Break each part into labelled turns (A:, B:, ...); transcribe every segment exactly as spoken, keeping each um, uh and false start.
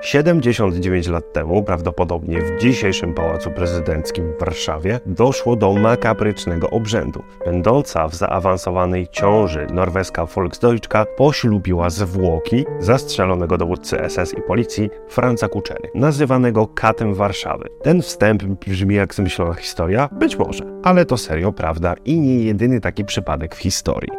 A: siedemdziesiąt dziewięć lat temu, prawdopodobnie w dzisiejszym Pałacu Prezydenckim w Warszawie, doszło do makabrycznego obrzędu. Będąca w zaawansowanej ciąży norweska Volksdeutscha poślubiła zwłoki zastrzelonego dowódcy S S i policji Franza Kuczery, nazywanego Katem Warszawy. Ten wstęp brzmi jak zmyślona historia? Być może, ale to serio prawda i nie jedyny taki przypadek w historii.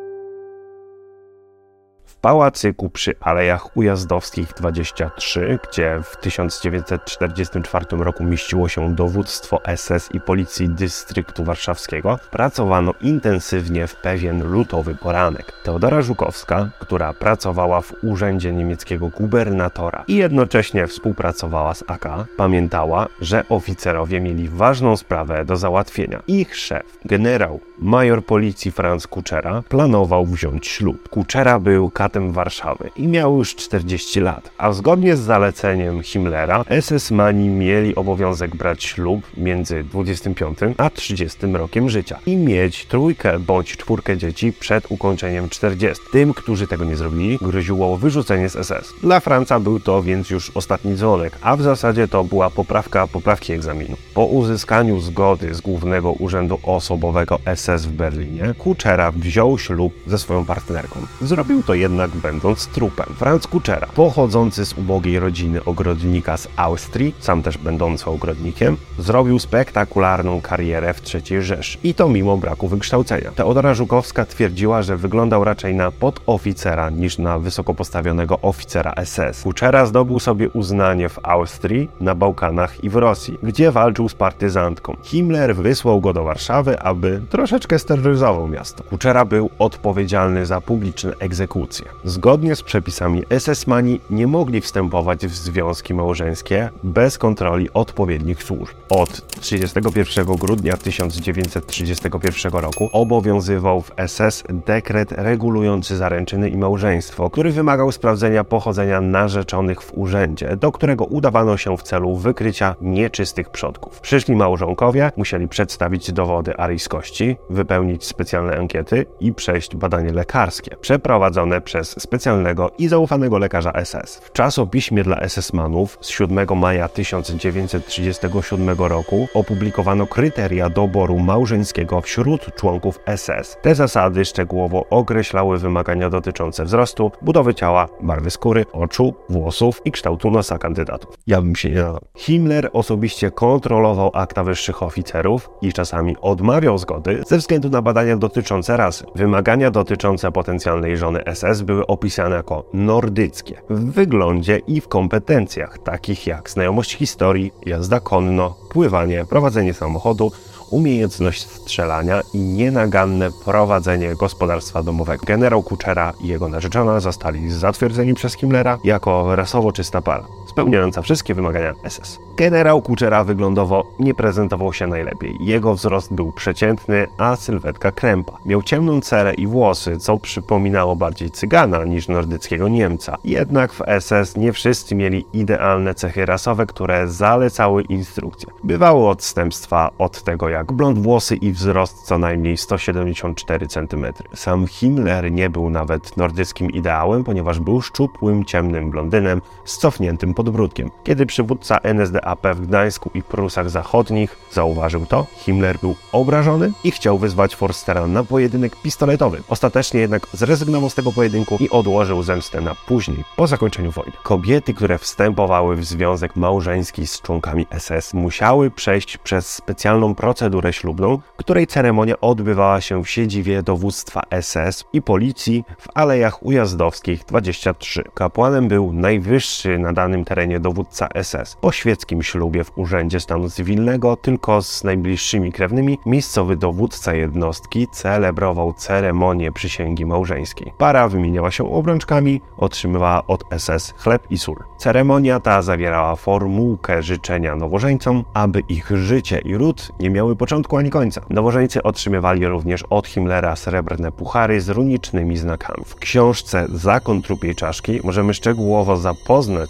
A: W pałacyku przy Alejach Ujazdowskich dwadzieścia trzy, gdzie w tysiąc dziewięćset czterdziestym czwartym roku mieściło się dowództwo S S i policji dystryktu warszawskiego, pracowano intensywnie w pewien lutowy poranek. Teodora Żukowska, która pracowała w urzędzie niemieckiego gubernatora i jednocześnie współpracowała z A K, pamiętała, że oficerowie mieli ważną sprawę do załatwienia. Ich szef, generał major policji Franz Kuczera, planował wziąć ślub. Kuczera był Katem Warszawy i miał już czterdzieści lat, a zgodnie z zaleceniem Himmlera S S-mani mieli obowiązek brać ślub między dwudziestym piątym a trzydziestym rokiem życia i mieć trójkę bądź czwórkę dzieci przed ukończeniem czterdziestki. Tym, którzy tego nie zrobili, groziło wyrzucenie z S S. Dla Franca był to więc już ostatni dzwonek, a w zasadzie to była poprawka poprawki egzaminu. Po uzyskaniu zgody z Głównego Urzędu Osobowego S S w Berlinie, Kuczera wziął ślub ze swoją partnerką. Zrobił to jednak będąc trupem. Franz Kuczera, pochodzący z ubogiej rodziny ogrodnika z Austrii, sam też będący ogrodnikiem, zrobił spektakularną karierę w trzeciej Rzeszy. I to mimo braku wykształcenia. Teodora Żukowska twierdziła, że wyglądał raczej na podoficera niż na wysoko postawionego oficera S S. Kuczera zdobył sobie uznanie w Austrii, na Bałkanach i w Rosji, gdzie walczył z partyzantką. Himmler wysłał go do Warszawy, aby troszeczkę steroryzował miasto. Kuczera był odpowiedzialny za publiczne egzekucje. Zgodnie z przepisami S S-mani nie mogli wstępować w związki małżeńskie bez kontroli odpowiednich służb. Od trzydziestego pierwszego grudnia tysiąc dziewięćset trzydziestego pierwszego roku obowiązywał w S S dekret regulujący zaręczyny i małżeństwo, który wymagał sprawdzenia pochodzenia narzeczonych w urzędzie, do którego udawano się w celu wykrycia nieczystych przodków. Przyszli małżonkowie musieli przedstawić dowody aryjskości, wypełnić specjalne ankiety i przejść badanie lekarskie, przeprowadzone przez specjalnego i zaufanego lekarza S S. W czasopiśmie dla S S-manów z siódmego maja tysiąc dziewięćset trzydziestego siódmego roku opublikowano kryteria doboru małżeńskiego wśród członków S S. Te zasady szczegółowo określały wymagania dotyczące wzrostu, budowy ciała, barwy skóry, oczu, włosów i kształtu nosa kandydatów. Ja bym się nie nadał. Himmler osobiście kontrolował akta wyższych oficerów i czasami odmawiał zgody ze względu na badania dotyczące rasy. Wymagania dotyczące potencjalnej żony S S były opisane jako nordyckie w wyglądzie i w kompetencjach, takich jak znajomość historii, jazda konno, pływanie, prowadzenie samochodu, umiejętność strzelania i nienaganne prowadzenie gospodarstwa domowego. Generał Kuczera i jego narzeczona zostali zatwierdzeni przez Himmlera jako rasowo czysta para, spełniająca wszystkie wymagania S S. Generał Kuczera wyglądowo nie prezentował się najlepiej. Jego wzrost był przeciętny, a sylwetka krępa. Miał ciemną cerę i włosy, co przypominało bardziej Cygana niż nordyckiego Niemca. Jednak w S S nie wszyscy mieli idealne cechy rasowe, które zalecały instrukcje. Bywały odstępstwa od tego, jak blond włosy i wzrost co najmniej sto siedemdziesiąt cztery centymetry. Sam Himmler nie był nawet nordyckim ideałem, ponieważ był szczupłym, ciemnym blondynem z cofniętym podbródkiem. Kiedy przywódca N S D A P w Gdańsku i Prusach Zachodnich zauważył to, Himmler był obrażony i chciał wyzwać Forstera na pojedynek pistoletowy. Ostatecznie jednak zrezygnował z tego pojedynku i odłożył zemstę na później, po zakończeniu wojny. Kobiety, które wstępowały w związek małżeński z członkami S S, musiały przejść przez specjalną procedurę ślubną, której ceremonia odbywała się w siedzibie dowództwa S S i policji w Alejach Ujazdowskich dwadzieścia trzy. Kapłanem był najwyższy na danym terenie dowódca S S. Po świeckim ślubie w Urzędzie Stanu Cywilnego tylko z najbliższymi krewnymi miejscowy dowódca jednostki celebrował ceremonię przysięgi małżeńskiej. Para wymieniała się obrączkami, otrzymywała od S S chleb i sól. Ceremonia ta zawierała formułkę życzenia nowożeńcom, aby ich życie i ród nie miały początku ani końca. Nowożeńcy otrzymywali również od Himmlera srebrne puchary z runicznymi znakami. W książce Zakon trupiej czaszki możemy szczegółowo zapoznać się z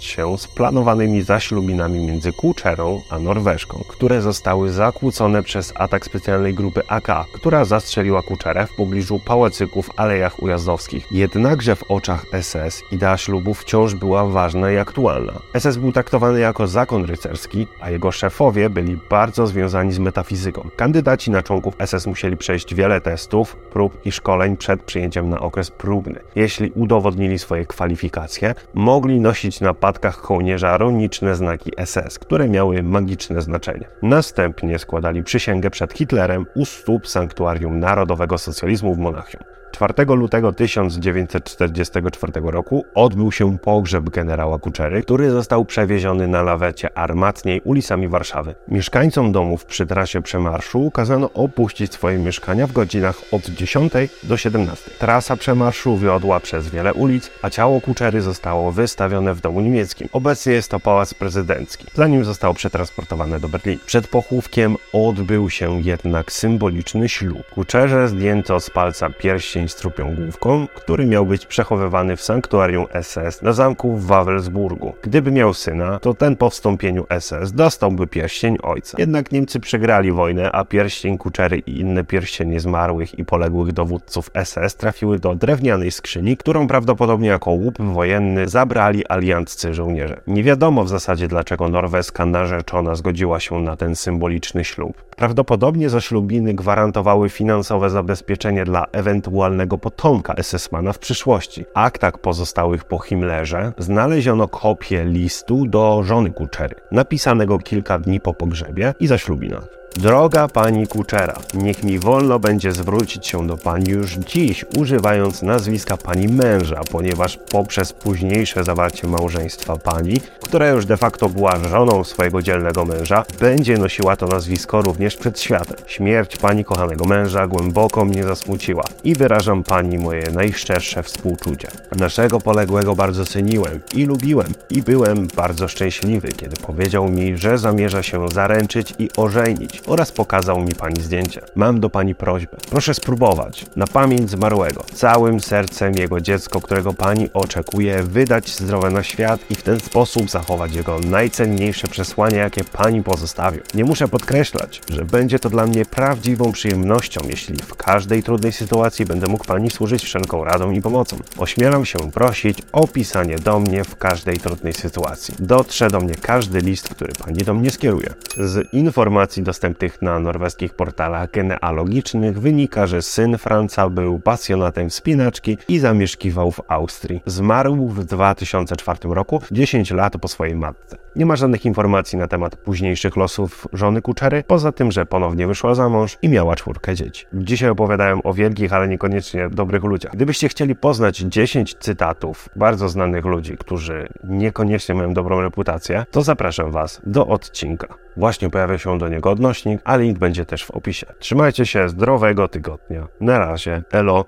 A: z planowanymi zaślubinami między Kuczerą a Norweżką, które zostały zakłócone przez atak specjalnej grupy A K, która zastrzeliła Kuczerę w pobliżu pałacyku w Alejach Ujazdowskich. Jednakże w oczach S S idea ślubu wciąż była ważna i aktualna. S S był traktowany jako zakon rycerski, a jego szefowie byli bardzo związani z metafizyką. Kandydaci na członków S S musieli przejść wiele testów, prób i szkoleń przed przyjęciem na okres próbny. Jeśli udowodnili swoje kwalifikacje, mogli nosić na patkach kołnierza runiczne znaki S S, które miały magiczne znaczenie. Następnie składali przysięgę przed Hitlerem u stóp Sanktuarium Narodowego Socjalizmu w Monachium. czwartego lutego tysiąc dziewięćset czterdziestego czwartego roku odbył się pogrzeb generała Kuczery, który został przewieziony na lawecie armatniej ulicami Warszawy. Mieszkańcom domów przy trasie przemarszu kazano opuścić swoje mieszkania w godzinach od dziesiątej do siedemnastej. Trasa przemarszu wiodła przez wiele ulic, a ciało Kuczery zostało wystawione w domu niemieckim. Obecnie jest to pałac prezydencki, zanim zostało przetransportowane do Berlina. Przed pochówkiem odbył się jednak symboliczny ślub. Kuczerze zdjęto z palca pierścień z trupią główką, który miał być przechowywany w sanktuarium S S na zamku w Wawelsburgu. Gdyby miał syna, to ten po wstąpieniu S S dostałby pierścień ojca. Jednak Niemcy przegrali wojnę, a pierścień Kuczery i inne pierścienie zmarłych i poległych dowódców S S trafiły do drewnianej skrzyni, którą prawdopodobnie jako łup wojenny zabrali alianccy żołnierze. Nie wiadomo w zasadzie, dlaczego norweska narzeczona zgodziła się na ten symboliczny ślub. Prawdopodobnie zaślubiny gwarantowały finansowe zabezpieczenie dla ewentualnego potomka esesmana w przyszłości. W aktach pozostałych po Himmlerze znaleziono kopię listu do żony Kuczery, napisanego kilka dni po pogrzebie i zaślubinach. Droga pani Kuczera, niech mi wolno będzie zwrócić się do pani już dziś, używając nazwiska pani męża, ponieważ poprzez późniejsze zawarcie małżeństwa pani, która już de facto była żoną swojego dzielnego męża, będzie nosiła to nazwisko również przed światem. Śmierć pani kochanego męża głęboko mnie zasmuciła i wyrażam pani moje najszczersze współczucie. Naszego poległego bardzo ceniłem i lubiłem i byłem bardzo szczęśliwy, kiedy powiedział mi, że zamierza się zaręczyć i ożenić, oraz pokazał mi pani zdjęcie. Mam do pani prośbę. Proszę spróbować, na pamięć zmarłego, całym sercem jego dziecko, którego pani oczekuje, wydać zdrowe na świat i w ten sposób zachować jego najcenniejsze przesłanie, jakie pani pozostawił. Nie muszę podkreślać, że będzie to dla mnie prawdziwą przyjemnością, jeśli w każdej trudnej sytuacji będę mógł pani służyć wszelką radą i pomocą. Ośmielam się prosić o pisanie do mnie w każdej trudnej sytuacji. Dotrze do mnie każdy list, który pani do mnie skieruje. Z informacji dostępnych na norweskich portalach genealogicznych wynika, że syn Franca był pasjonatem wspinaczki i zamieszkiwał w Austrii. Zmarł w dwa tysiące czwartym roku, dziesięć lat po swojej matce. Nie ma żadnych informacji na temat późniejszych losów żony Kuczery, poza tym, że ponownie wyszła za mąż i miała czwórkę dzieci. Dzisiaj opowiadałem o wielkich, ale niekoniecznie dobrych ludziach. Gdybyście chcieli poznać dziesięć cytatów bardzo znanych ludzi, którzy niekoniecznie mają dobrą reputację, to zapraszam was do odcinka. Właśnie pojawia się do niego odnośnik, a link będzie też w opisie. Trzymajcie się, zdrowego tygodnia. Na razie, elo.